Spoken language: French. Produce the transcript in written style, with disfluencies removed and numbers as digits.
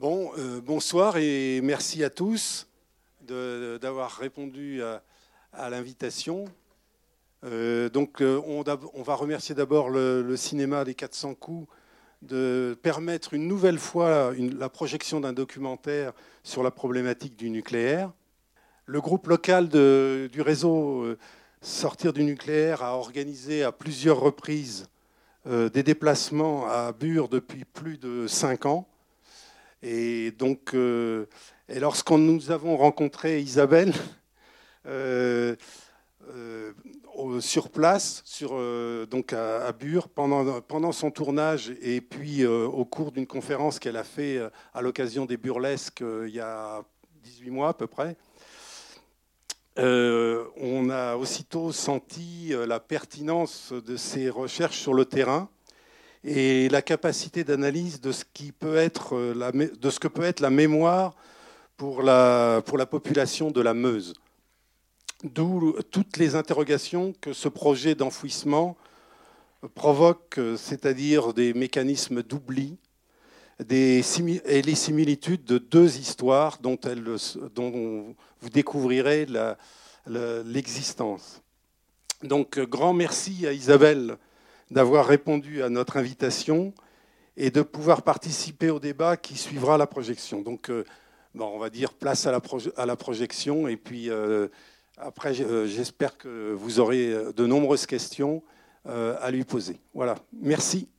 Bonsoir et merci à tous d'avoir répondu à l'invitation. On va remercier d'abord le cinéma Les 400 coups de permettre une nouvelle fois la projection d'un documentaire sur la problématique du nucléaire. Le groupe local du réseau Sortir du nucléaire a organisé à plusieurs reprises des déplacements à Bure depuis plus de 5 ans. Et lorsqu'on nous avons rencontré Isabelle sur place, à Bure, pendant son tournage, et puis au cours d'une conférence qu'elle a fait à l'occasion des Burlesques il y a 18 mois à peu près, on a aussitôt senti la pertinence de ses recherches sur le terrain et la capacité d'analyse de ce que peut être la mémoire pour la population de la Meuse. D'où toutes les interrogations que ce projet d'enfouissement provoque, c'est-à-dire des mécanismes d'oubli et les similitudes de deux histoires dont vous découvrirez l'existence. Donc, grand merci à Isabelle d'avoir répondu à notre invitation et de pouvoir participer au débat qui suivra la projection. Donc, on va dire place à la projection. Et puis, après, j'espère que vous aurez de nombreuses questions à lui poser. Voilà, merci.